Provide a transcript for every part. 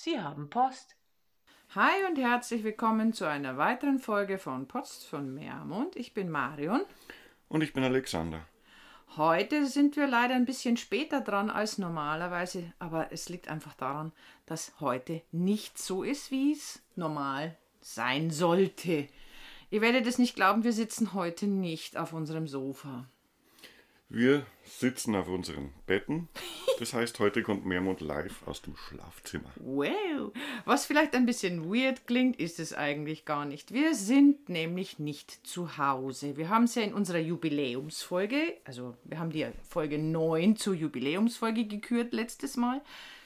Sie haben Post. Hi und herzlich willkommen zu einer weiteren Folge von Post von Meermond. Ich bin Marion. Und ich bin Alexander. Heute sind wir leider ein bisschen später dran als normalerweise, aber es liegt einfach daran, dass heute nicht so ist, wie es normal sein sollte. Ihr werdet es nicht glauben, wir sitzen heute nicht auf unserem Sofa. Wir sitzen auf unseren Betten. Das heißt, heute kommt Meermond live aus dem Schlafzimmer. Wow, was vielleicht ein bisschen weird klingt, ist es eigentlich gar nicht. Wir sind nämlich nicht zu Hause. Wir haben es ja in unserer Jubiläumsfolge, also wir haben die Folge 9 zur Jubiläumsfolge gekürt letztes Mal.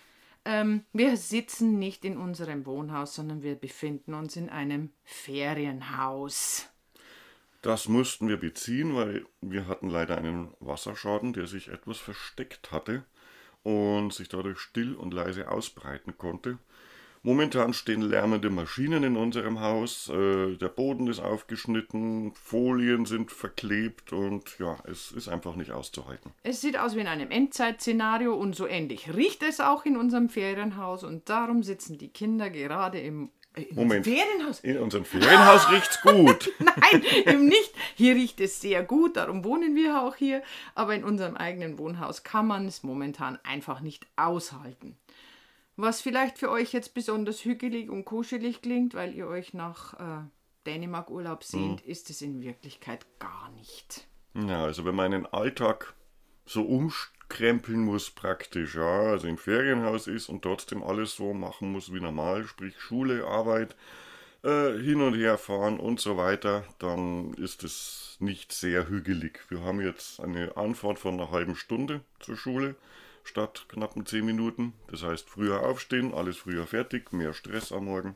Wir sitzen nicht in unserem Wohnhaus, sondern wir befinden uns in einem Ferienhaus. Das mussten wir beziehen, weil wir hatten leider einen Wasserschaden, der sich etwas versteckt hatte und sich dadurch still und leise ausbreiten konnte. Momentan stehen lärmende Maschinen in unserem Haus, der Boden ist aufgeschnitten, Folien sind verklebt und ja, es ist einfach nicht auszuhalten. Es sieht aus wie in einem Endzeit-Szenario und so ähnlich riecht es auch in unserem Ferienhaus und darum sitzen die Kinder gerade im Ferienhaus. In unserem Ferienhaus riecht's gut. Nein, eben nicht. Hier riecht es sehr gut, darum wohnen wir auch hier. Aber in unserem eigenen Wohnhaus kann man es momentan einfach nicht aushalten. Was vielleicht für euch jetzt besonders hügelig und kuschelig klingt, weil ihr euch nach Dänemark-Urlaub sehnt, ist es in Wirklichkeit gar nicht. Ja, also wenn man einen Alltag so umkrempeln muss praktisch, ja, also im Ferienhaus ist und trotzdem alles so machen muss wie normal, sprich Schule, Arbeit, hin und her fahren und so weiter, dann ist es nicht sehr hügelig. Wir haben jetzt eine Anfahrt von einer halben Stunde zur Schule statt knappen 10 Minuten. Das heißt, früher aufstehen, alles früher fertig, mehr Stress am Morgen.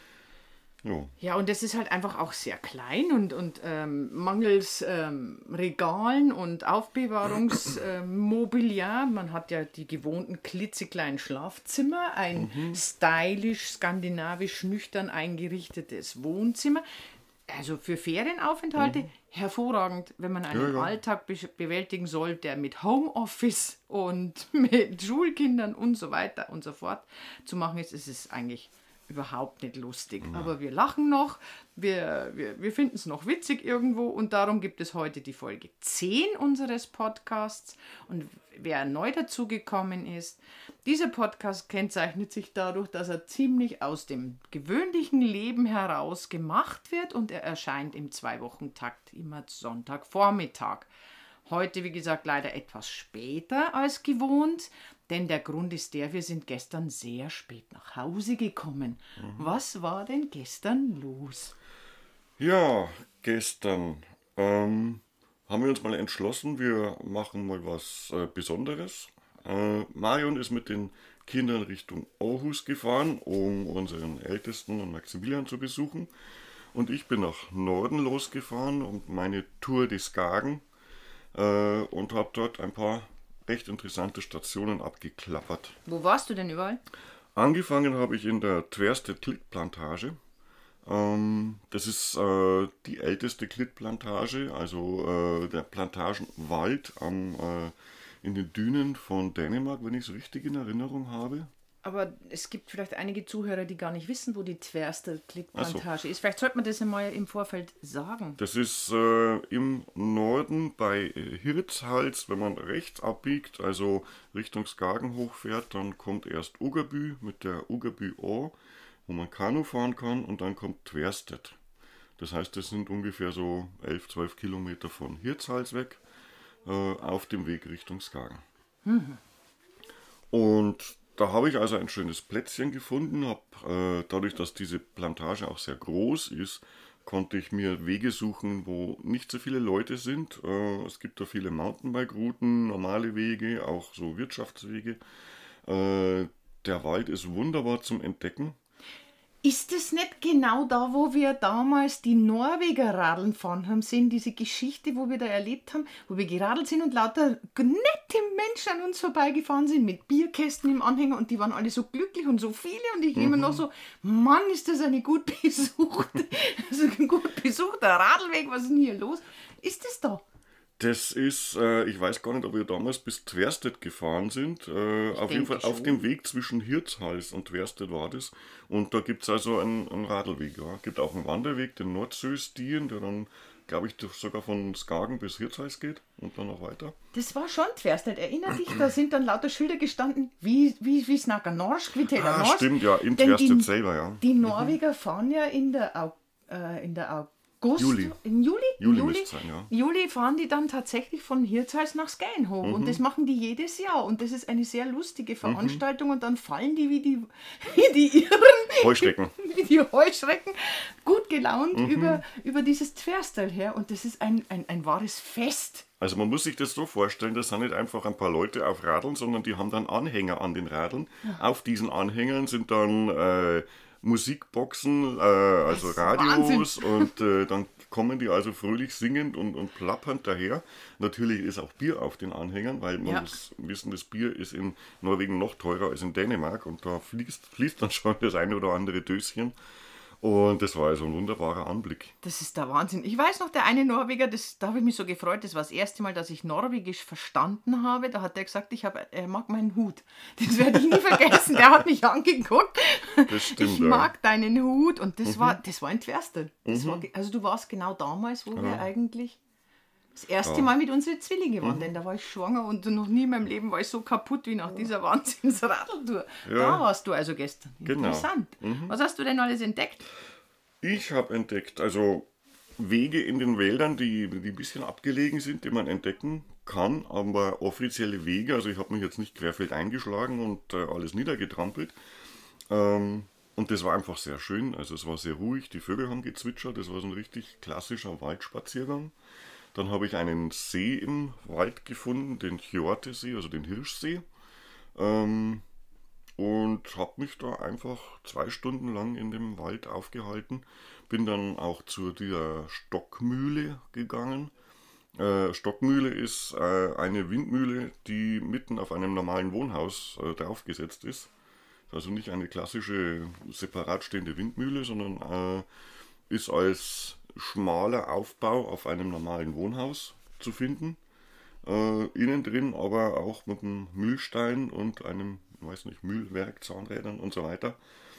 Jo. Ja, und das ist halt einfach auch sehr klein und mangels Regalen und Aufbewahrungsmobiliar. Man hat ja die gewohnten klitzekleinen Schlafzimmer, ein stylisch, skandinavisch, nüchtern eingerichtetes Wohnzimmer. Also für Ferienaufenthalte hervorragend, wenn man einen Alltag bewältigen soll, der mit Homeoffice und mit Schulkindern und so weiter und so fort zu machen ist, ist es eigentlich überhaupt nicht lustig. Ja. Aber wir lachen noch, wir finden es noch witzig irgendwo und darum gibt es heute die Folge 10 unseres Podcasts. Und wer neu dazugekommen ist, dieser Podcast kennzeichnet sich dadurch, dass er ziemlich aus dem gewöhnlichen Leben heraus gemacht wird und er erscheint im 2-Wochen-Takt immer Sonntagvormittag. Heute, wie gesagt, leider etwas später als gewohnt, denn der Grund ist der, wir sind gestern sehr spät nach Hause gekommen. Was war denn gestern los? Ja, gestern haben wir uns mal entschlossen, wir machen mal was Besonderes. Marion ist mit den Kindern Richtung Aarhus gefahren, um unseren Ältesten und Maximilian zu besuchen. Und ich bin nach Norden losgefahren und meine Tour des Skagen und habe dort ein paar recht interessante Stationen abgeklappert. Wo warst du denn überall? Angefangen habe ich in der Tversted Klittplantage. Das ist die älteste Klittplantage, also der Plantagenwald in den Dünen von Dänemark, wenn ich es richtig in Erinnerung habe. Aber es gibt vielleicht einige Zuhörer, die gar nicht wissen, wo die Tversted Klittplantage ist. Vielleicht sollte man das einmal im Vorfeld sagen. Das ist im Norden bei Hirtshals, wenn man rechts abbiegt, also Richtung Skagen hochfährt, dann kommt erst Uggerby mit der Uggerby Å, wo man Kanu fahren kann, und dann kommt Tversted. Das heißt, das sind ungefähr so 11-12 Kilometer von Hirtshals weg, auf dem Weg Richtung Skagen. Und da habe ich also ein schönes Plätzchen gefunden, dadurch, dass diese Plantage auch sehr groß ist, konnte ich mir Wege suchen, wo nicht so viele Leute sind. Es gibt da viele Mountainbike-Routen, normale Wege, auch so Wirtschaftswege. Der Wald ist wunderbar zum Entdecken. Ist es nicht genau da, wo wir damals die Norweger Radeln gefahren haben, sehen diese Geschichte, wo wir da erlebt haben, wo wir geradelt sind und lauter nette Menschen an uns vorbeigefahren sind mit Bierkästen im Anhänger und die waren alle so glücklich und so viele und ich immer noch so, Mann, ist das ein gut besuchter Radlweg, was ist denn hier los? Ist es da? Das ist, ich weiß gar nicht, ob wir damals bis Twerstedt gefahren sind. Auf jeden denke Fall auf schon. dem Weg zwischen Hirtshals und Twerstedt war das. Und da gibt es also einen Radlweg. Ja. Gibt auch einen Wanderweg, den Nordsöstien, der dann, glaube ich, sogar von Skagen bis Hirtshals geht und dann noch weiter. Das war schon Twerstedt. Erinner dich, da sind dann lauter Schilder gestanden, wie snackar Norsk, wie Taylor Norsk. Stimmt, ja, in Denn Twerstedt selber, ja. die Norweger fahren ja in der August, Juli. in Juli? Juli müsste es sein, ja. Juli fahren die dann tatsächlich von Hirtshals nach Skien hoch. Und das machen die jedes Jahr. Und das ist eine sehr lustige Veranstaltung. Und dann fallen die wie die Irren, Heuschrecken. wie die Heuschrecken, gut gelaunt über dieses Tverstal her. Und das ist ein wahres Fest. Also man muss sich das so vorstellen, das sind nicht einfach ein paar Leute auf Radeln, sondern die haben dann Anhänger an den Radeln. Auf diesen Anhängern sind dann Musikboxen, also Radios und dann kommen die also fröhlich singend und plappernd daher. Natürlich ist auch Bier auf den Anhängern, weil man muss wissen, das Bier ist in Norwegen noch teurer als in Dänemark und da fließt dann schon das eine oder andere Döschen. Und das war also ein wunderbarer Anblick. Das ist der Wahnsinn. Ich weiß noch, der eine Norweger, da habe ich mich so gefreut, das war das erste Mal, dass ich Norwegisch verstanden habe. Da hat er gesagt, er mag meinen Hut. Das werde ich nie vergessen. Der hat mich angeguckt. Das stimmt, ich mag deinen Hut. Und das war in Tverstal. Also du warst genau damals, wo wir eigentlich das erste Mal mit unseren Zwillingen waren. Denn da war ich schwanger und noch nie in meinem Leben war ich so kaputt wie nach dieser Wahnsinnsradeltour. Ja. Da warst du also gestern. Genau. Interessant. Was hast du denn alles entdeckt? Ich habe entdeckt, also Wege in den Wäldern, die ein bisschen abgelegen sind, die man entdecken kann, aber offizielle Wege, also ich habe mich jetzt nicht querfeld eingeschlagen und alles niedergetrampelt. Und das war einfach sehr schön, also es war sehr ruhig, die Vögel haben gezwitschert, das war so ein richtig klassischer Waldspaziergang. Dann habe ich einen See im Wald gefunden, den Hjortesee, also den Hirschsee. Und habe mich da einfach 2 Stunden lang in dem Wald aufgehalten. Bin dann auch zu der Stockmühle gegangen. Stockmühle ist eine Windmühle, die mitten auf einem normalen Wohnhaus draufgesetzt ist. Also nicht eine klassische separat stehende Windmühle, sondern ist als schmaler Aufbau auf einem normalen Wohnhaus zu finden. Innen drin aber auch mit einem Mühlstein und einem, weiß nicht, Mühlwerk, Zahnrädern und so weiter.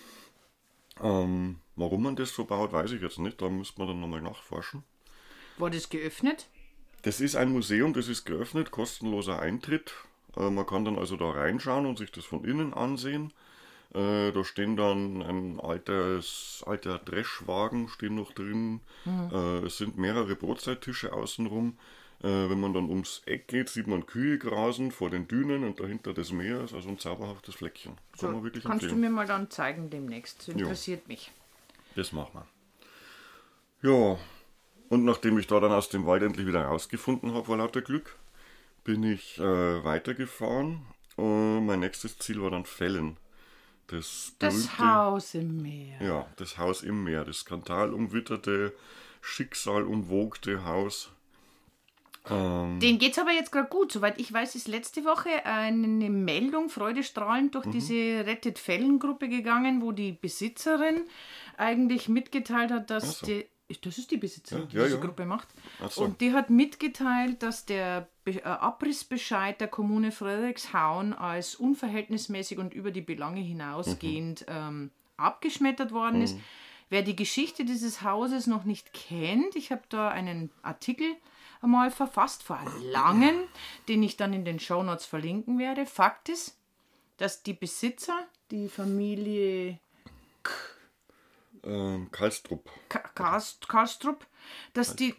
Warum man das so baut, weiß ich jetzt nicht. Da müsste man dann nochmal nachforschen. War das geöffnet? Das ist ein Museum, das ist geöffnet, kostenloser Eintritt. Man kann dann also da reinschauen und sich das von innen ansehen. Da stehen dann ein alter Dreschwagen stehen noch drin. Es sind mehrere Brotzeittische außenrum. Wenn man dann ums Eck geht, sieht man Kühe grasen vor den Dünen und dahinter das Meer. Ist also ein zauberhaftes Fleckchen. Kann man wirklich kannst empfehlen. du mir mal dann zeigen demnächst? Das interessiert mich. Das machen wir. Ja, und nachdem ich da dann aus dem Wald endlich wieder rausgefunden habe, vor lauter Glück, bin ich weitergefahren. Mein nächstes Ziel war dann Fellen. Das Haus im Meer. Ja, das Haus im Meer. Das skandalumwitterte, schicksalumwogte Haus. Denen geht es aber jetzt gerade gut. Soweit ich weiß, ist letzte Woche eine Meldung freudestrahlend durch diese Rettet Fellen-Gruppe gegangen, wo die Besitzerin eigentlich mitgeteilt hat, dass das ist die Besitzerin, die diese Gruppe macht. So. Und die hat mitgeteilt, dass der Abrissbescheid der Kommune Frederikshavn als unverhältnismäßig und über die Belange hinausgehend abgeschmettert worden ist. Wer die Geschichte dieses Hauses noch nicht kennt, ich habe da einen Artikel einmal verfasst, vor langem, den ich dann in den Shownotes verlinken werde. Fakt ist, dass die Besitzer, die Familie Karlstrup. Karlstrup, dass die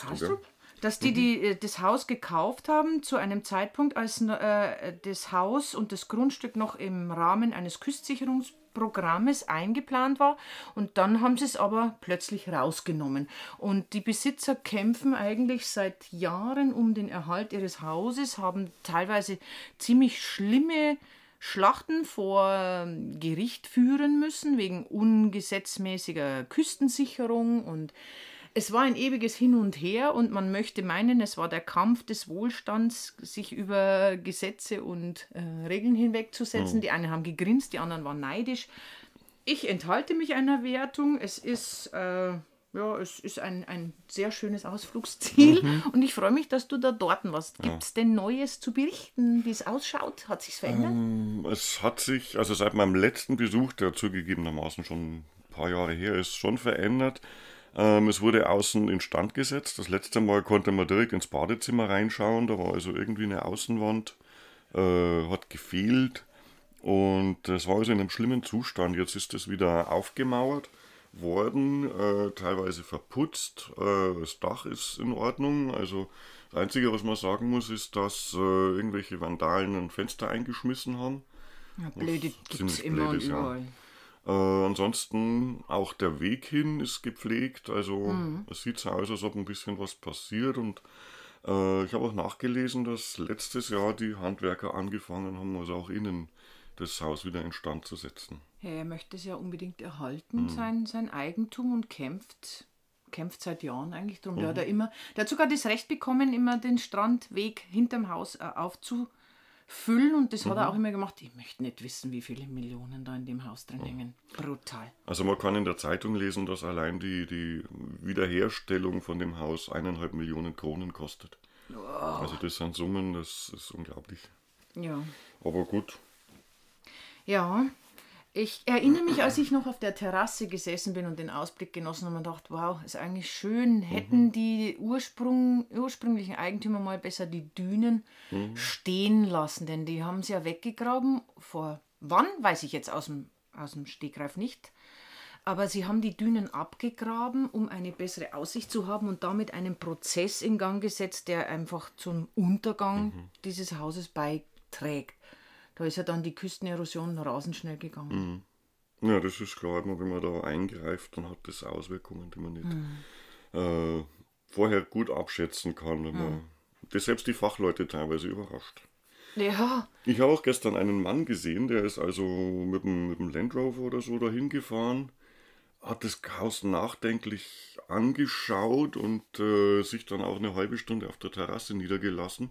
das Haus gekauft haben zu einem Zeitpunkt, als das Haus und das Grundstück noch im Rahmen eines Küstsicherungsprogrammes eingeplant war, und dann haben sie es aber plötzlich rausgenommen. Und die Besitzer kämpfen eigentlich seit Jahren um den Erhalt ihres Hauses, haben teilweise ziemlich schlimme Schlachten vor Gericht führen müssen, wegen ungesetzmäßiger Küstensicherung, und es war ein ewiges Hin und Her, und man möchte meinen, es war der Kampf des Wohlstands, sich über Gesetze und Regeln hinwegzusetzen. Die einen haben gegrinst, die anderen waren neidisch. Ich enthalte mich einer Wertung. Es ist Ja, es ist ein sehr schönes Ausflugsziel und ich freue mich, dass du da dort warst. Gibt es denn Neues zu berichten, wie es ausschaut? Hat sich's verändert? Es hat sich, also seit meinem letzten Besuch, der zugegebenermaßen schon ein paar Jahre her ist, schon verändert. Es wurde außen instand gesetzt. Das letzte Mal konnte man direkt ins Badezimmer reinschauen. Da war also irgendwie eine Außenwand, hat gefehlt. Und das war also in einem schlimmen Zustand. Jetzt ist es wieder aufgemauert worden, teilweise verputzt. Das Dach ist in Ordnung. Also das Einzige, was man sagen muss, ist, dass irgendwelche Vandalen ein Fenster eingeschmissen haben. Ja, blöde Was gibt es ziemlich immer blöd und ist, ja. überall. Ansonsten auch der Weg hin ist gepflegt. Also es sieht so aus, als ob ein bisschen was passiert. Und ich habe auch nachgelesen, dass letztes Jahr die Handwerker angefangen haben, also auch innen das Haus wieder instand zu setzen. Ja, er möchte es ja unbedingt erhalten, sein Eigentum und kämpft seit Jahren eigentlich drum. Der hat sogar das Recht bekommen, immer den Strandweg hinterm Haus aufzufüllen und das hat er auch immer gemacht. Ich möchte nicht wissen, wie viele Millionen da in dem Haus drin hängen. Brutal. Also man kann in der Zeitung lesen, dass allein die Wiederherstellung von dem Haus 1,5 Millionen Kronen kostet. Also das sind Summen, das ist unglaublich. Ja. Aber gut. Ja, ich erinnere mich, als ich noch auf der Terrasse gesessen bin und den Ausblick genossen habe und dachte, wow, ist eigentlich schön, hätten die ursprünglichen Eigentümer mal besser die Dünen stehen lassen, denn die haben sie ja weggegraben. Vor wann, weiß ich jetzt aus dem Stegreif nicht. Aber sie haben die Dünen abgegraben, um eine bessere Aussicht zu haben und damit einen Prozess in Gang gesetzt, der einfach zum Untergang dieses Hauses beiträgt. Da ist ja dann die Küstenerosion rasend schnell gegangen. Ja, das ist klar, wenn man da eingreift, dann hat das Auswirkungen, die man nicht vorher gut abschätzen kann. Wenn man, das selbst die Fachleute teilweise überrascht. Ja, Ich habe auch gestern einen Mann gesehen, der ist also mit dem Land Rover oder so dahin gefahren, hat das Haus nachdenklich angeschaut und sich dann auch eine halbe Stunde auf der Terrasse niedergelassen.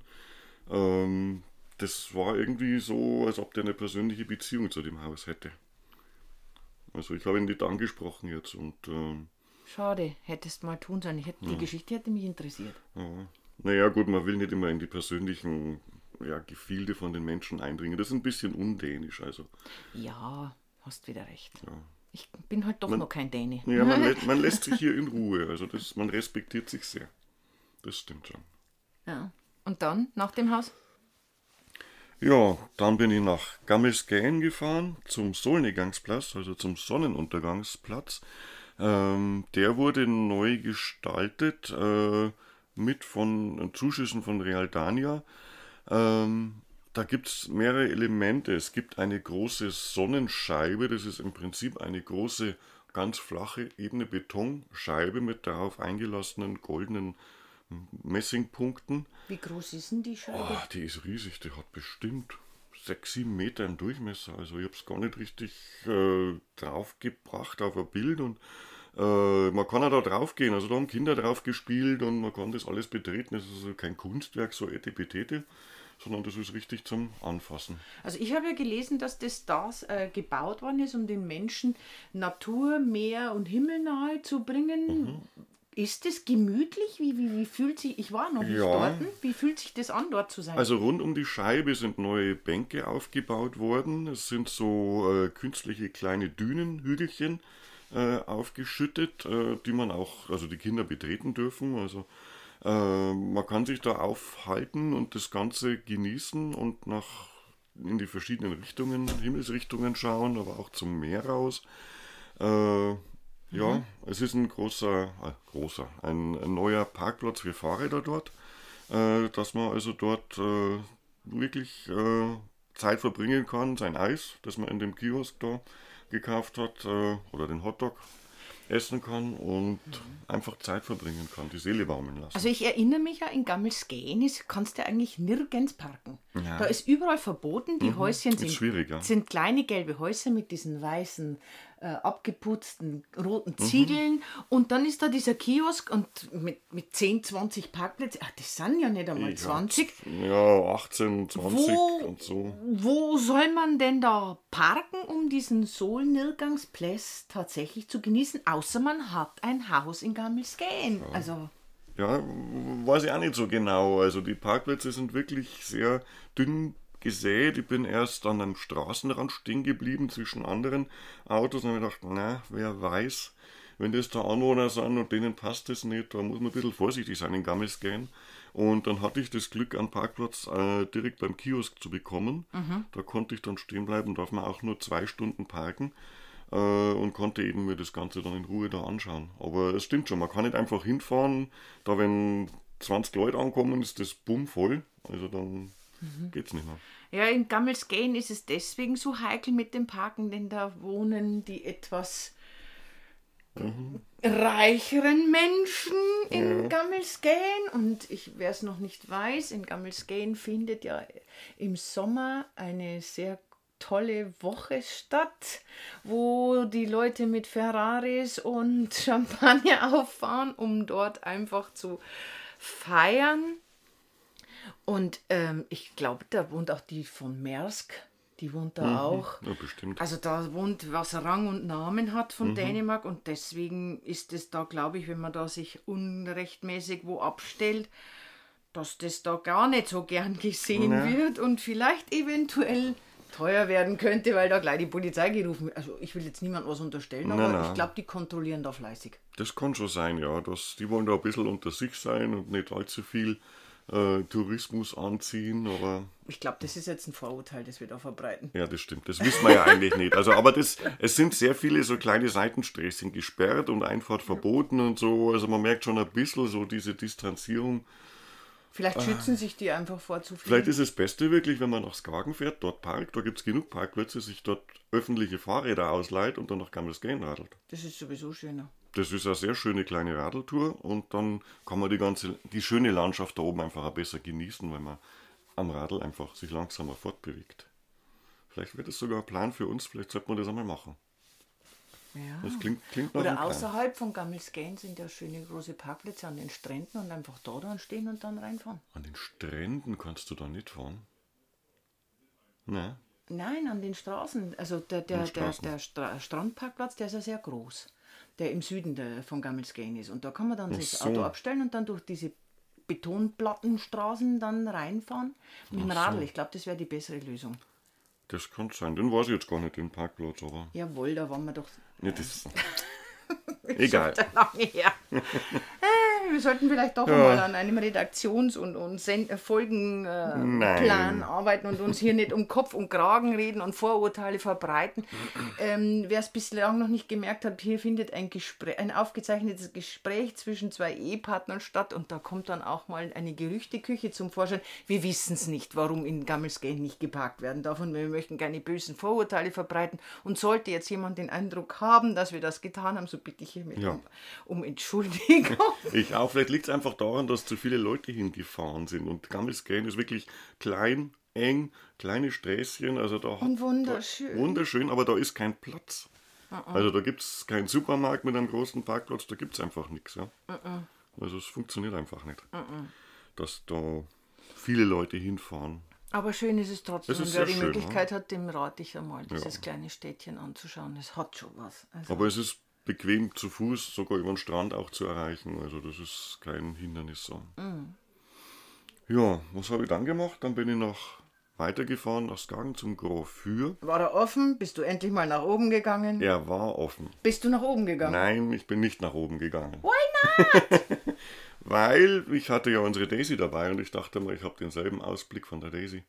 Das war irgendwie so, als ob der eine persönliche Beziehung zu dem Haus hätte. Also ich habe ihn nicht angesprochen jetzt und schade, hättest mal tun sollen. Die Geschichte hätte mich interessiert. naja gut, man will nicht immer in die persönlichen Gefilde von den Menschen eindringen. Das ist ein bisschen undänisch, also. Ja, hast wieder recht. Ich bin halt doch noch kein Däne. Ja, man lässt sich hier in Ruhe, also man respektiert sich sehr. Das stimmt schon. Ja. Und dann, nach dem Haus? Ja, dann bin ich nach Gammelskän gefahren, zum Solnedgangsplatz, also zum Sonnenuntergangsplatz. Der wurde neu gestaltet, mit von Zuschüssen von Realdania. Da gibt es mehrere Elemente. Es gibt eine große Sonnenscheibe, das ist im Prinzip eine große, ganz flache, ebene Betonscheibe mit darauf eingelassenen goldenen Messingpunkten. Wie groß ist denn die Scheibe? Die ist riesig, die hat bestimmt 6, 7 Meter im Durchmesser. Also ich habe es gar nicht richtig draufgebracht auf ein Bild und man kann auch da drauf gehen. Also da haben Kinder drauf gespielt und man kann das alles betreten. Das ist also kein Kunstwerk, so etepetete, sondern das ist richtig zum Anfassen. Also ich habe ja gelesen, dass das gebaut worden ist, um den Menschen Natur, Meer und Himmel nahe zu bringen. Ist es gemütlich? Wie fühlt sich, ich war noch nicht dort, wie fühlt sich das an, dort zu sein? Also rund um die Scheibe sind neue Bänke aufgebaut worden. Es sind so künstliche kleine Dünenhügelchen aufgeschüttet, die man auch, also die Kinder betreten dürfen. Also man kann sich da aufhalten und das Ganze genießen und in die verschiedenen Richtungen, Himmelsrichtungen schauen, aber auch zum Meer raus. Ja, es ist ein ein neuer Parkplatz für Fahrräder dort, dass man also dort wirklich Zeit verbringen kann, sein Eis, das man in dem Kiosk da gekauft hat, oder den Hotdog essen kann und einfach Zeit verbringen kann, die Seele baumeln lassen. Also ich erinnere mich ja, in Gammelskän kannst du eigentlich nirgends parken. Ja. Da ist überall verboten, die Häuschen ist schwierig, ja. sind kleine gelbe Häuser mit diesen weißen abgeputzten roten Ziegeln und dann ist da dieser Kiosk und mit 10, 20 Parkplätzen, ach, das sind ja nicht einmal 20. Ja, 18, 20 und so. Wo soll man denn da parken, um diesen Solnilgangsplatz tatsächlich zu genießen, außer man hat ein Haus in Gammelskeen? Ja. Also... Ja, weiß ich auch nicht so genau. Also die Parkplätze sind wirklich sehr dünn gesät. Ich bin erst an einem Straßenrand stehen geblieben zwischen anderen Autos und habe gedacht, na, wer weiß, wenn das da Anwohner sind und denen passt das nicht, da muss man ein bisschen vorsichtig sein in Gammelskeen. Und dann hatte ich das Glück, einen Parkplatz direkt beim Kiosk zu bekommen. Da konnte ich dann stehen bleiben, darf man auch nur 2 Stunden parken. Und konnte eben mir das Ganze dann in Ruhe da anschauen. Aber es stimmt schon, man kann nicht einfach hinfahren, da wenn 20 Leute ankommen, ist das bumm voll, also dann geht's nicht mehr. Ja, in Gammelskeen ist es deswegen so heikel mit dem Parken, denn da wohnen die etwas reicheren Menschen in Gammelskeen. Und wer es noch nicht weiß, in Gammelskeen findet ja im Sommer eine sehr tolle Woche statt, wo die Leute mit Ferraris und Champagner auffahren, um dort einfach zu feiern. Und ich glaube, da wohnt auch die von Maersk, die wohnt da auch. Ja, bestimmt. Also da wohnt, was Rang und Namen hat von Dänemark und deswegen ist es da, glaube ich, wenn man da sich unrechtmäßig wo abstellt, dass das da gar nicht so gern gesehen wird und vielleicht eventuell teuer werden könnte, weil da gleich die Polizei gerufen wird. Also ich will jetzt niemandem was unterstellen, aber ich glaube, die kontrollieren da fleißig. Das kann schon sein, ja. Die wollen da ein bisschen unter sich sein und nicht allzu viel Tourismus anziehen, aber... Ich glaube, das ist jetzt ein Vorurteil, das wir da verbreiten. Ja, das stimmt. Das wissen wir ja eigentlich nicht. Also, aber es sind sehr viele so kleine Seitensträßchen gesperrt und Einfahrt verboten und so. Also man merkt schon ein bisschen so diese Distanzierung. Vielleicht schützen sich die einfach vor zu viel. Vielleicht ist das Beste wirklich, wenn man nach Skagen fährt, dort parkt, da gibt es genug Parkplätze, sich dort öffentliche Fahrräder ausleiht und dann nach Gammelskeen radelt. Das ist sowieso schöner. Das ist eine sehr schöne kleine Radeltour und dann kann man die schöne Landschaft da oben einfach auch besser genießen, weil man am Radl einfach sich langsamer fortbewegt. Vielleicht wird es sogar ein Plan für uns, vielleicht sollte man das einmal machen. Ja. Das klingt nach Oder einem Plan. außerhalb von Gammelskeen sind ja schöne große Parkplätze an den Stränden und einfach da dann stehen und dann reinfahren. An den Stränden kannst du da nicht fahren? Nein. Nein, an den Straßen. Also der Strandparkplatz, der ist ja sehr groß. Der im Süden von Gammelskeen ist. Und da kann man dann sich das Auto abstellen und dann durch diese Betonplattenstraßen dann reinfahren. Mit dem Radl. Ich glaube, das wäre die bessere Lösung. Das kann sein. Den weiß ich jetzt gar nicht, den Parkplatz, aber... Jawohl, da waren wir doch... Ja, das... Egal. Lange her. Wir sollten vielleicht doch mal an einem Redaktions- und Folgenplan arbeiten und uns hier nicht um Kopf und Kragen reden und Vorurteile verbreiten. Wer es bislang noch nicht gemerkt hat, hier findet ein aufgezeichnetes Gespräch zwischen 2 Ehepartnern statt und da kommt dann auch mal eine Gerüchteküche zum Vorschein. Wir wissen es nicht, warum in Gammelskeen nicht geparkt werden darf und wir möchten keine bösen Vorurteile verbreiten und sollte jetzt jemand den Eindruck haben, dass wir das getan haben, so bitte ich hiermit um Entschuldigung. Ich auch. Vielleicht liegt es einfach daran, dass zu viele Leute hingefahren sind. Und Gammelskeen ist wirklich klein, eng, kleine Sträßchen. Also und wunderschön. Wunderschön, aber da ist kein Platz. Also da gibt es keinen Supermarkt mit einem großen Parkplatz, da gibt es einfach nichts. Ja? Also es funktioniert einfach nicht, dass da viele Leute hinfahren. Aber schön ist es trotzdem. Es ist wer die schön, Möglichkeit hat, dem rate ich einmal, dieses kleine Städtchen anzuschauen. Es hat schon was. Also aber es ist bequem zu Fuß, sogar über den Strand auch zu erreichen. Also das ist kein Hindernis so. Ja, was habe ich dann gemacht? Dann bin ich weitergefahren nach Skagen zum Grand Für. War er offen? Bist du endlich mal nach oben gegangen? Er war offen. Bist du nach oben gegangen? Nein, ich bin nicht nach oben gegangen. Why not? Weil ich hatte ja unsere Daisy dabei und ich dachte mal, ich habe denselben Ausblick von der Daisy.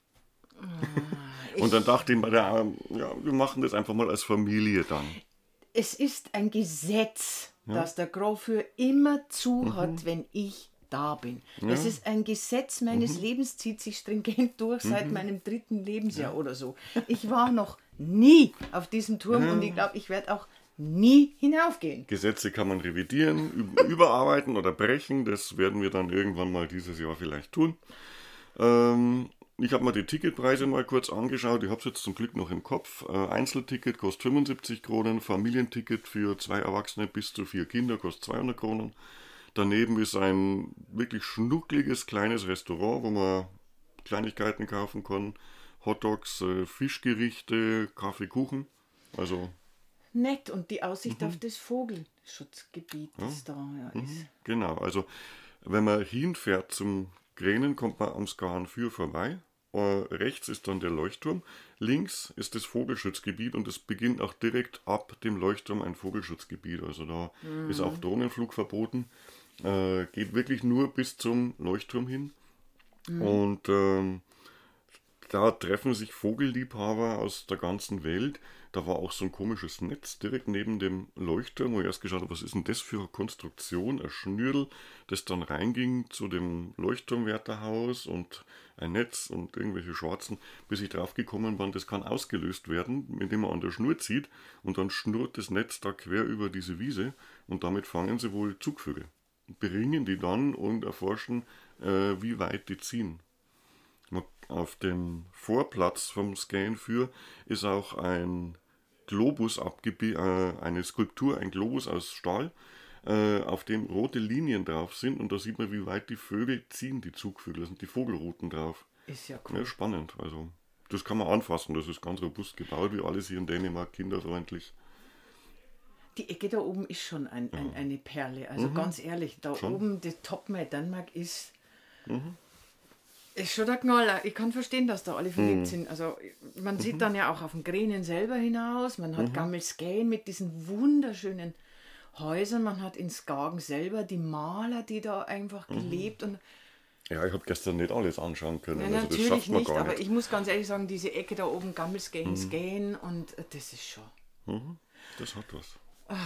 Und dann dachte ich mir, wir machen das einfach mal als Familie dann. Es ist ein Gesetz, dass der Grand Für immer zu hat, wenn ich da bin. Das ist ein Gesetz meines Lebens, zieht sich stringent durch seit meinem 3. Lebensjahr oder so. Ich war noch nie auf diesem Turm und ich glaube, ich werde auch nie hinaufgehen. Gesetze kann man revidieren, überarbeiten oder brechen. Das werden wir dann irgendwann mal dieses Jahr vielleicht tun. ich habe mir die Ticketpreise mal kurz angeschaut. Ich habe es jetzt zum Glück noch im Kopf. Einzelticket kostet 75 Kronen, Familienticket für 2 Erwachsene bis zu 4 Kinder kostet 200 Kronen. Daneben ist ein wirklich schnuckliges kleines Restaurant, wo man Kleinigkeiten kaufen kann. Hotdogs, Fischgerichte, Kaffee, Kuchen. Also, Nett. Und die Aussicht auf das Vogelschutzgebiet, das da ist. genau. Also, wenn man hinfährt zum Kränen, kommt man am Skan-Für vorbei. Rechts ist dann der Leuchtturm. Links ist das Vogelschutzgebiet und es beginnt auch direkt ab dem Leuchtturm ein Vogelschutzgebiet. Also da ist auch Drohnenflug verboten. Geht wirklich nur bis zum Leuchtturm hin. Und da treffen sich Vogelliebhaber aus der ganzen Welt. Da war auch so ein komisches Netz direkt neben dem Leuchtturm, wo ich erst geschaut habe, was ist denn das für eine Konstruktion? Ein Schnürl, das dann reinging zu dem Leuchtturmwärterhaus und ein Netz und irgendwelche Schwarzen, bis ich drauf gekommen bin, das kann ausgelöst werden, indem man an der Schnur zieht und dann schnurrt das Netz da quer über diese Wiese und damit fangen sie wohl Zugvögel. Beringen die dann und erforschen, wie weit die ziehen. Auf dem Vorplatz vom Scan-Für ist auch ein Globus eine Skulptur, ein Globus aus Stahl, auf dem rote Linien drauf sind und da sieht man, wie weit die Vögel ziehen, die Zugvögel, da sind die Vogelrouten drauf. Ist ja cool. Ja, spannend, also das kann man anfassen, das ist ganz robust gebaut, wie alles hier in Dänemark, kinderfreundlich. Die Ecke da oben ist schon eine Perle. Also ganz ehrlich, da Schon. oben, das Top My Denmark ist schon der Knaller. Ich kann verstehen, dass da alle verliebt sind. Also man sieht dann ja auch auf den Kränen selber hinaus. Man hat Gammelskane mit diesen wunderschönen Häusern. Man hat in Skagen selber die Maler, die da einfach gelebt und Ja, ich habe gestern nicht alles anschauen können, ja, also das natürlich schafft man nicht, gar aber nicht. ich muss ganz ehrlich sagen, diese Ecke da oben, Gammelskane, Skane und das ist schon. Das hat was.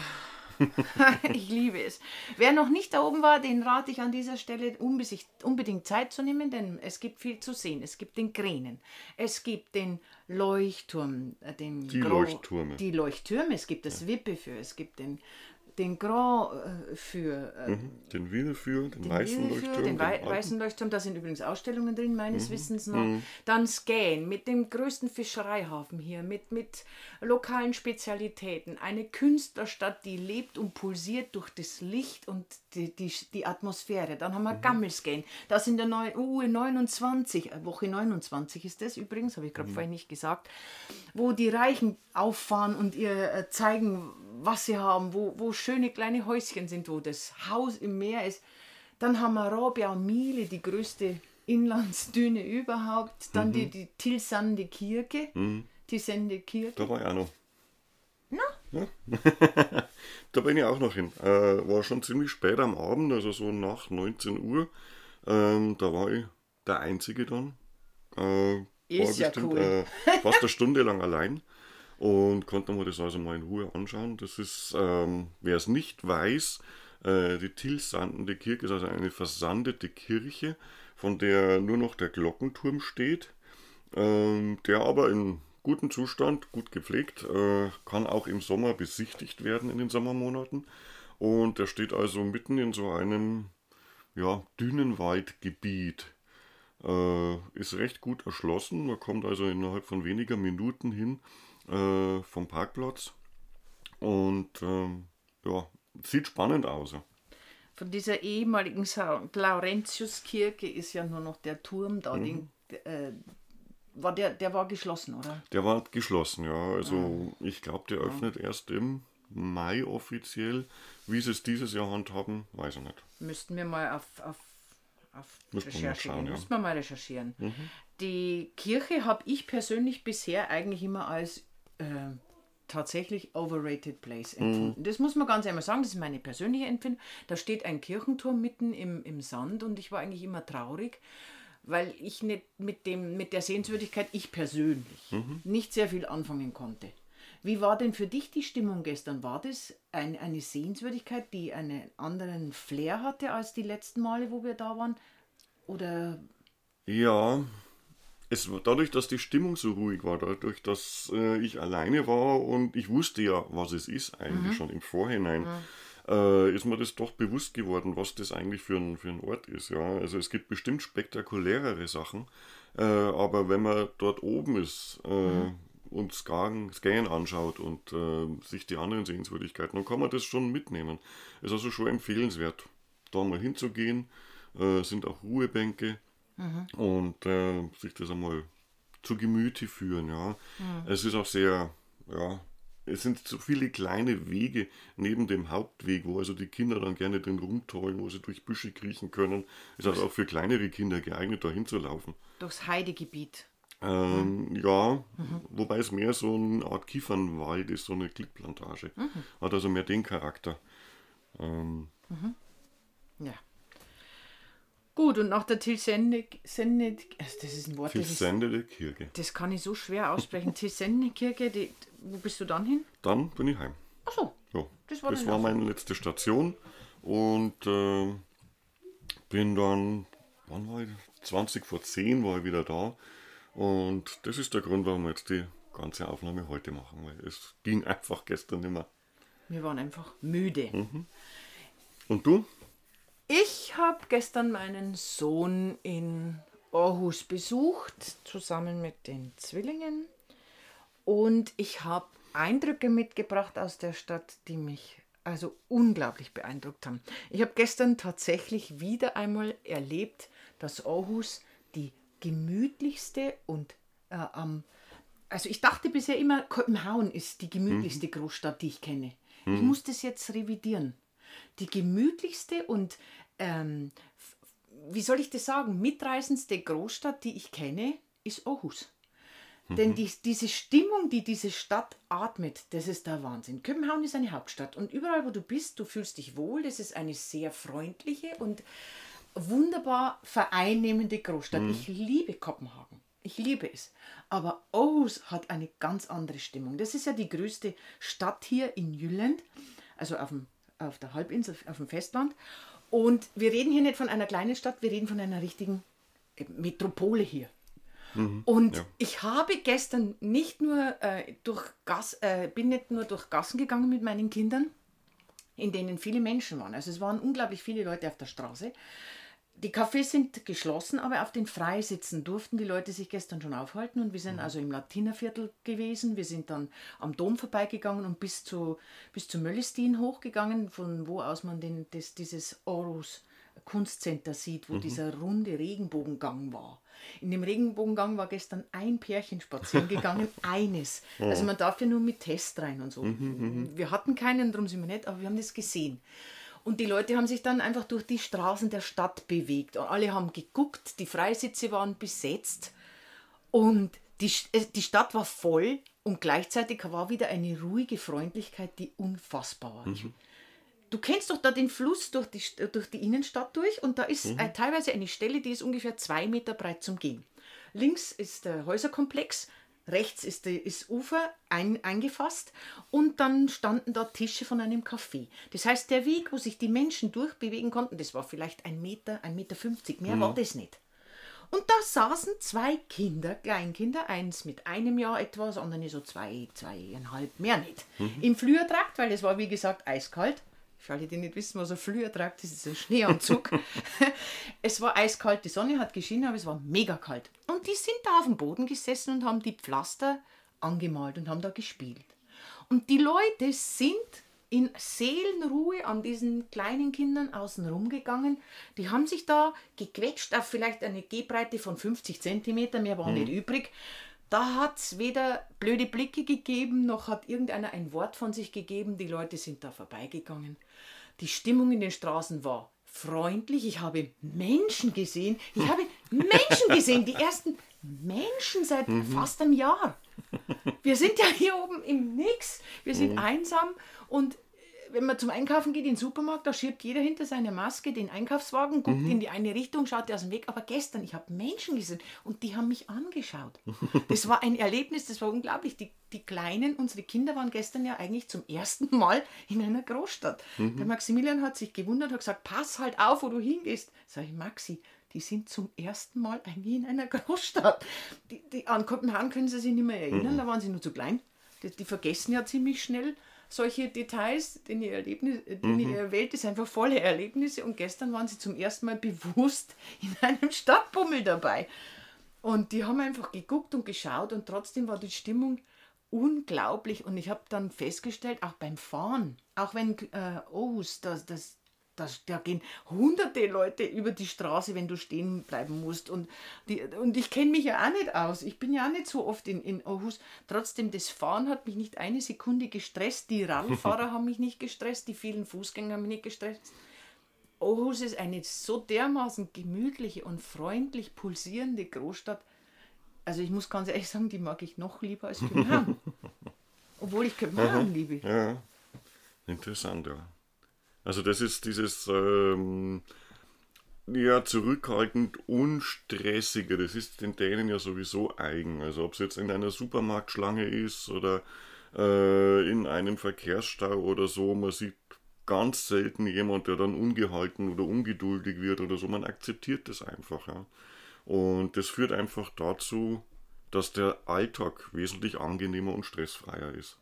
Ich liebe es. Wer noch nicht da oben war, den rate ich an dieser Stelle unbedingt Zeit zu nehmen, denn es gibt viel zu sehen. Es gibt den Kränen, es gibt den Leuchtturm, Die Leuchttürme. die Leuchttürme, es gibt das Wippefür, es gibt den Grand für Den Wiener für, den den weißen Wielefür, Leuchtturm, den alten. weißen Leuchtturm, da sind übrigens Ausstellungen drin, meines Wissens noch. Dann Skane mit dem größten Fischereihafen hier, mit lokalen Spezialitäten. Eine Künstlerstadt, die lebt und pulsiert durch das Licht und die Atmosphäre. Dann haben wir Gammelskane, das in der UE29, Woche 29 ist das übrigens, habe ich gerade vorhin nicht gesagt, wo die Reichen auffahren und ihr zeigen, was sie haben, wo schöne kleine Häuschen sind, wo das Haus im Meer ist. Dann haben wir Rabia Miele, die größte Inlandsdüne überhaupt. Dann die Tilsande Kirche, die Sende Kirche. Da war ich auch noch. Na? Ja. Da bin ich auch noch hin. War schon ziemlich spät am Abend, also so nach 19 Uhr. Da war ich der Einzige dann. Ist ja cool. Fast eine Stunde lang allein. Und konnte mir das also mal in Ruhe anschauen. Das ist, wer es nicht weiß, die Tilsandende Kirche ist also eine versandete Kirche, von der nur noch der Glockenturm steht, der aber in gutem Zustand, gut gepflegt, kann auch im Sommer besichtigt werden in den Sommermonaten. Und der steht also mitten in so einem Dünenwaldgebiet. Ist recht gut erschlossen. Man kommt also innerhalb von weniger Minuten hin vom Parkplatz und sieht spannend aus. Von dieser ehemaligen St. Laurentiuskirche ist ja nur noch der Turm da. Der war geschlossen, oder? Der war geschlossen, ja. Also ich glaube, der öffnet erst im Mai offiziell. Wie sie es dieses Jahr handhaben, weiß ich nicht. Müssten wir mal auf Müssten wir mal Recherche schauen, gehen. ja. Müssten wir mal recherchieren. Die Kirche habe ich persönlich bisher eigentlich immer als tatsächlich overrated place empfunden. Das muss man ganz einmal sagen, das ist meine persönliche Empfindung. Da steht ein Kirchenturm mitten im Sand und ich war eigentlich immer traurig, weil ich nicht mit der Sehenswürdigkeit, ich persönlich, nicht sehr viel anfangen konnte. Wie war denn für dich die Stimmung gestern? War das eine Sehenswürdigkeit, die einen anderen Flair hatte als die letzten Male, wo wir da waren? Oder Ja, dadurch, dass die Stimmung so ruhig war, dadurch, dass ich alleine war und ich wusste ja, was es ist eigentlich schon im Vorhinein, ist mir das doch bewusst geworden, was das eigentlich für ein Ort ist. Ja. Also es gibt bestimmt spektakulärere Sachen, Aber wenn man dort oben ist und Skagen anschaut und sich die anderen Sehenswürdigkeiten, dann kann man das schon mitnehmen. Ist also schon empfehlenswert, da mal hinzugehen. Sind auch Ruhebänke und sich das einmal zu Gemüte führen. Ja. Es ist auch sehr, ja, es sind so viele kleine Wege neben dem Hauptweg, wo also die Kinder dann gerne drin rumtollen, wo sie durch Büsche kriechen können. Ist also auch für kleinere Kinder geeignet, da hinzulaufen. Durchs Heidegebiet. Ja, wobei es mehr so eine Art Kiefernwald ist, so eine Klipplantage. Hat also mehr den Charakter. Ja. Gut, und nach der Tilsendek, das ist ein Wort, Tilsendede Kirche. das kann ich so schwer aussprechen. Tilsendek-Kirche, wo bist du dann hin? Dann bin ich heim. Ach so, Ja, das war das dann war auch meine letzte Station und bin dann, wann war ich? 20 vor 10 war ich wieder da und das ist der Grund, warum wir jetzt die ganze Aufnahme heute machen, weil es ging einfach gestern nicht mehr. Wir waren einfach müde. Und du? Ich habe gestern meinen Sohn in Aarhus besucht, zusammen mit den Zwillingen. Und ich habe Eindrücke mitgebracht aus der Stadt, die mich also unglaublich beeindruckt haben. Ich habe gestern tatsächlich wieder einmal erlebt, dass Aarhus die gemütlichste und also ich dachte bisher immer, Kopenhagen ist die gemütlichste Großstadt, die ich kenne. Ich muss das jetzt revidieren. Die gemütlichste und, wie soll ich das sagen, mitreißendste Großstadt, die ich kenne, ist Aarhus. Denn diese Stimmung, die diese Stadt atmet, das ist der Wahnsinn. Kopenhagen ist eine Hauptstadt und überall, wo du bist, du fühlst dich wohl. Das ist eine sehr freundliche und wunderbar vereinnehmende Großstadt. Ich liebe Kopenhagen. Ich liebe es. Aber Aarhus hat eine ganz andere Stimmung. Das ist ja die größte Stadt hier in Jylland, also auf der Halbinsel, auf dem Festland. Und wir reden hier nicht von einer kleinen Stadt, wir reden von einer richtigen Metropole hier. Und ich habe gestern nicht nur bin nicht nur durch Gassen gegangen mit meinen Kindern, in denen viele Menschen waren. Also es waren unglaublich viele Leute auf der Straße. Die Cafés sind geschlossen, aber auf den Freisitzen durften die Leute sich gestern schon aufhalten und wir sind also im Latinerviertel gewesen. Wir sind dann am Dom vorbeigegangen und bis zu Möllestin hochgegangen, von wo aus man dieses Aarhus Kunstcenter sieht, wo dieser runde Regenbogengang war. In dem Regenbogengang war gestern ein Pärchen spazieren gegangen, eines. Also man darf ja nur mit Test rein und so. Wir hatten keinen, darum sind wir nicht, aber wir haben das gesehen. Und die Leute haben sich dann einfach durch die Straßen der Stadt bewegt. Und alle haben geguckt, die Freisitze waren besetzt. Und die Stadt war voll und gleichzeitig war wieder eine ruhige Freundlichkeit, die unfassbar war. Du kennst doch da den Fluss durch die Innenstadt durch und da ist teilweise eine Stelle, die ist ungefähr 2 Meter breit zum Gehen. Links ist der Häuserkomplex, rechts ist das Ufer eingefasst und dann standen da Tische von einem Café. Das heißt, der Weg, wo sich die Menschen durchbewegen konnten, das war vielleicht 1 Meter, 1,50 Meter, mehr war das nicht. Und da saßen 2 Kinder, Kleinkinder, eins mit 1 Jahr etwa, das andere so 2,5, mehr nicht. Im Flühertrakt, weil es war wie gesagt eiskalt. Für alle, die nicht wissen, was ein Flühertrakt ist, ist ein Schneeanzug. Es war eiskalt, die Sonne hat geschienen, aber es war mega kalt. Und die sind da auf dem Boden gesessen und haben die Pflaster angemalt und haben da gespielt. Und die Leute sind in Seelenruhe an diesen kleinen Kindern außen rumgegangen. Die haben sich da gequetscht auf vielleicht eine Gehbreite von 50 Zentimeter, mehr war nicht übrig. Da hat es weder blöde Blicke gegeben, noch hat irgendeiner ein Wort von sich gegeben. Die Leute sind da vorbeigegangen. Die Stimmung in den Straßen war freundlich. Ich habe Menschen gesehen. Die ersten Menschen seit fast einem Jahr. Wir sind ja hier oben im Nix. Wir sind einsam und wenn man zum Einkaufen geht in den Supermarkt, da schiebt jeder hinter seiner Maske den Einkaufswagen, guckt in die eine Richtung, schaut aus dem Weg. Aber gestern, ich habe Menschen gesehen und die haben mich angeschaut. Das war ein Erlebnis, das war unglaublich. Die Kleinen, unsere Kinder waren gestern ja eigentlich zum ersten Mal in einer Großstadt. Der Maximilian hat sich gewundert, hat gesagt, pass halt auf, wo du hingehst. Sag ich, Maxi, die sind zum ersten Mal eigentlich in einer Großstadt. An Kopenhagen können sie sich nicht mehr erinnern, da waren sie nur zu klein. Die vergessen ja ziemlich schnell solche Details, denn ihre Welt ist einfach voller Erlebnisse und gestern waren sie zum ersten Mal bewusst in einem Stadtbummel dabei. Und die haben einfach geguckt und geschaut und trotzdem war die Stimmung unglaublich. Und ich habe dann festgestellt, auch beim Fahren, auch wenn Aarhus, da gehen hunderte Leute über die Straße, wenn du stehen bleiben musst. Und ich kenne mich ja auch nicht aus. Ich bin ja auch nicht so oft in Aarhus. Trotzdem, das Fahren hat mich nicht eine Sekunde gestresst. Die Radlfahrer haben mich nicht gestresst. Die vielen Fußgänger haben mich nicht gestresst. Aarhus ist eine so dermaßen gemütliche und freundlich pulsierende Großstadt. Also ich muss ganz ehrlich sagen, die mag ich noch lieber als Kopenhagen. Obwohl ich Kopenhagen liebe. Ja, interessant, ja. Also das ist dieses zurückhaltend unstressige, das ist den Dänen ja sowieso eigen. Also ob es jetzt in einer Supermarktschlange ist oder in einem Verkehrsstau oder so, man sieht ganz selten jemand, der dann ungehalten oder ungeduldig wird oder so. Man akzeptiert das einfach. Ja. Und das führt einfach dazu, dass der Alltag wesentlich angenehmer und stressfreier ist.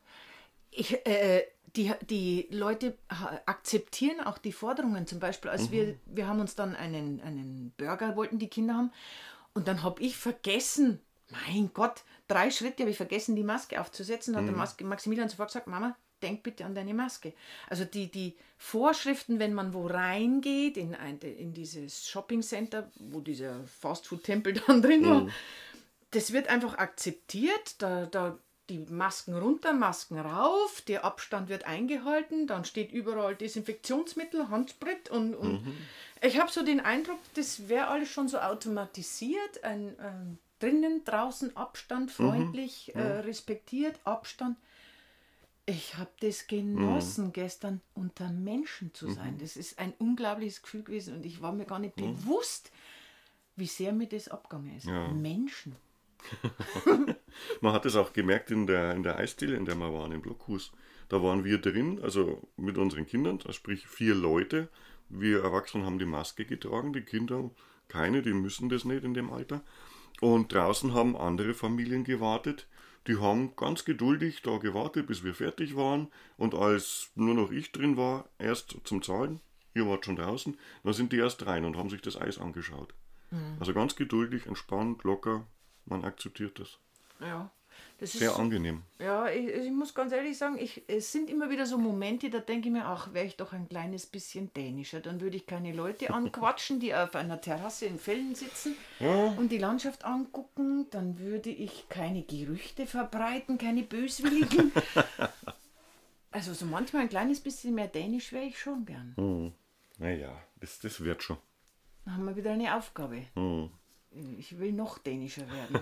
Die Leute akzeptieren auch die Forderungen. Zum Beispiel, als wir haben uns dann einen Burger, wollten die Kinder haben. Und dann habe ich vergessen, mein Gott, 3 Schritte habe ich vergessen, die Maske aufzusetzen. Hat der Maximilian sofort gesagt, Mama, denk bitte an deine Maske. Also die Vorschriften, wenn man wo reingeht, in dieses Shoppingcenter, wo dieser Fastfood-Tempel dann drin war, das wird einfach akzeptiert. Da die Masken runter, Masken rauf, der Abstand wird eingehalten, dann steht überall Desinfektionsmittel, Handsprit und ich habe so den Eindruck, das wäre alles schon so automatisiert, drinnen, draußen Abstand, freundlich, respektiert, Abstand. Ich habe das genossen, gestern unter Menschen zu sein. Das ist ein unglaubliches Gefühl gewesen und ich war mir gar nicht bewusst, wie sehr mir das abgegangen ist. Ja. Menschen. Man hat es auch gemerkt in der Eisdiele, in der wir waren, im Blockhus. Da waren wir drin, also mit unseren Kindern, sprich 4 Leute. Wir Erwachsenen haben die Maske getragen, die Kinder keine, die müssen das nicht in dem Alter. Und draußen haben andere Familien gewartet. Die haben ganz geduldig da gewartet, bis wir fertig waren. Und als nur noch ich drin war, erst zum Zahlen, ihr wart schon draußen, dann sind die erst rein und haben sich das Eis angeschaut. Also ganz geduldig, entspannt, locker, man akzeptiert das. Ja, das ist sehr angenehm. Ja, ich muss ganz ehrlich sagen, es sind immer wieder so Momente, da denke ich mir, ach, wäre ich doch ein kleines bisschen dänischer. Dann würde ich keine Leute anquatschen, die auf einer Terrasse in Fällen sitzen und die Landschaft angucken. Dann würde ich keine Gerüchte verbreiten, keine böswilligen. Also so manchmal ein kleines bisschen mehr dänisch wäre ich schon gern. Naja, das wird schon. Dann haben wir wieder eine Aufgabe. Ich will noch dänischer werden.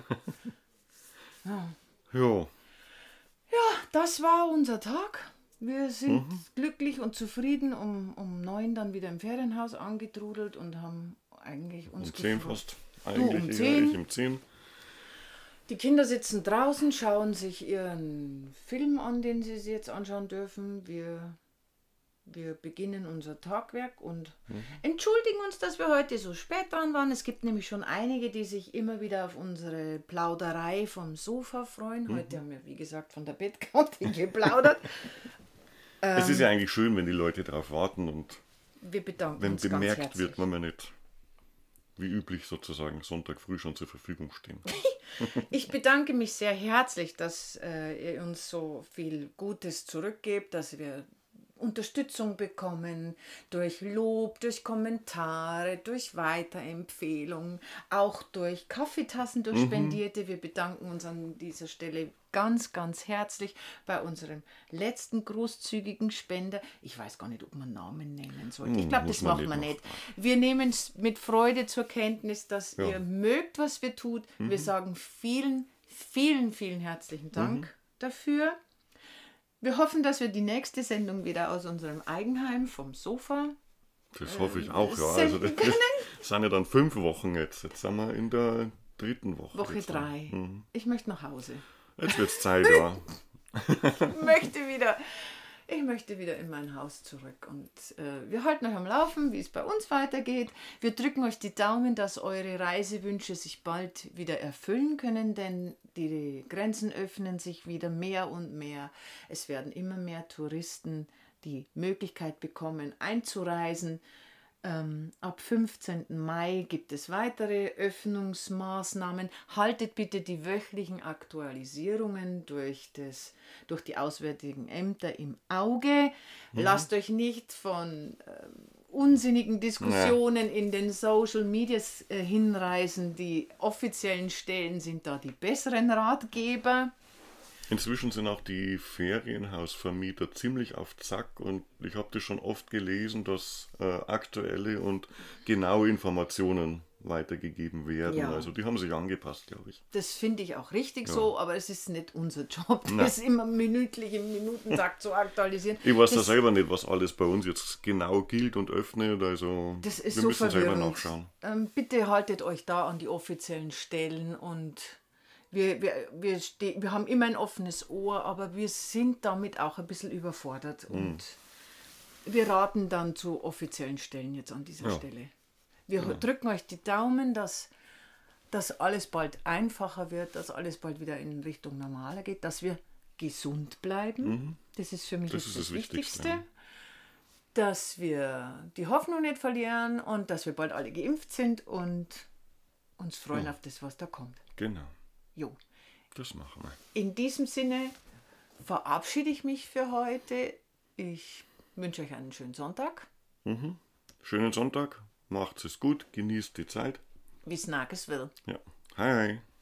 Ja. Ja, das war unser Tag. Wir sind glücklich und zufrieden um 9 dann wieder im Ferienhaus angetrudelt und haben eigentlich uns um 10 fast. Eigentlich um 10. Ich um 10. Die Kinder sitzen draußen, schauen sich ihren Film an, den sie jetzt anschauen dürfen. Wir beginnen unser Tagwerk und entschuldigen uns, dass wir heute so spät dran waren. Es gibt nämlich schon einige, die sich immer wieder auf unsere Plauderei vom Sofa freuen. Heute haben wir, wie gesagt, von der Bettkante geplaudert. Es ist ja eigentlich schön, wenn die Leute darauf warten und wir bedanken wenn uns bemerkt ganz wird, wenn wir nicht wie üblich sozusagen Sonntag früh schon zur Verfügung stehen. Ich bedanke mich sehr herzlich, dass ihr uns so viel Gutes zurückgebt, dass wir Unterstützung bekommen, durch Lob, durch Kommentare, durch Weiterempfehlungen, auch durch Kaffeetassen, durch Spendierte. Wir bedanken uns an dieser Stelle ganz, ganz herzlich bei unserem letzten großzügigen Spender. Ich weiß gar nicht, ob man Namen nennen sollte. Ich glaube, das macht man nicht. Wir nehmen es mit Freude zur Kenntnis, dass ihr mögt, was wir tun. Wir sagen vielen, vielen, vielen herzlichen Dank dafür. Wir hoffen, dass wir die nächste Sendung wieder aus unserem Eigenheim vom Sofa das hoffe ich auch, ja. Also das sind ja dann 5 Wochen jetzt. Jetzt sind wir in der 3. Woche. Woche 3. Ich möchte nach Hause. Jetzt wird es Zeit, ja. Ich möchte wieder in mein Haus zurück. Und wir halten euch am Laufen, wie es bei uns weitergeht. Wir drücken euch die Daumen, dass eure Reisewünsche sich bald wieder erfüllen können, denn die Grenzen öffnen sich wieder mehr und mehr. Es werden immer mehr Touristen die Möglichkeit bekommen, einzureisen. Ab 15. Mai gibt es weitere Öffnungsmaßnahmen. Haltet bitte die wöchentlichen Aktualisierungen durch die auswärtigen Ämter im Auge. Lasst euch nicht von unsinnigen Diskussionen in den Social Medias hinreißen. Die offiziellen Stellen sind da die besseren Ratgeber. Inzwischen sind auch die Ferienhausvermieter ziemlich auf Zack und ich habe das schon oft gelesen, dass aktuelle und genaue Informationen weitergegeben werden. Ja. Also die haben sich angepasst, glaube ich. Das finde ich auch richtig so, aber es ist nicht unser Job, das immer minütlich im Minutentakt zu aktualisieren. Ich weiß da selber nicht, was alles bei uns jetzt genau gilt und öffnet. Also Das ist wir so müssen selber verwirrend. nachschauen. Bitte haltet euch da an die offiziellen Stellen und wir haben immer ein offenes Ohr, aber wir sind damit auch ein bisschen überfordert und wir raten dann zu offiziellen Stellen jetzt an dieser Stelle. Wir drücken euch die Daumen, dass alles bald einfacher wird, dass alles bald wieder in Richtung normaler geht, dass wir gesund bleiben. Das ist für mich Das jetzt ist das Wichtigste. Dass wir die Hoffnung nicht verlieren und dass wir bald alle geimpft sind und uns freuen auf das, was da kommt. Genau, Jo. das machen wir. In diesem Sinne verabschiede ich mich für heute. Ich wünsche euch einen schönen Sonntag. Schönen Sonntag, macht es gut, genießt die Zeit. Wie es nages will. Ja, hi.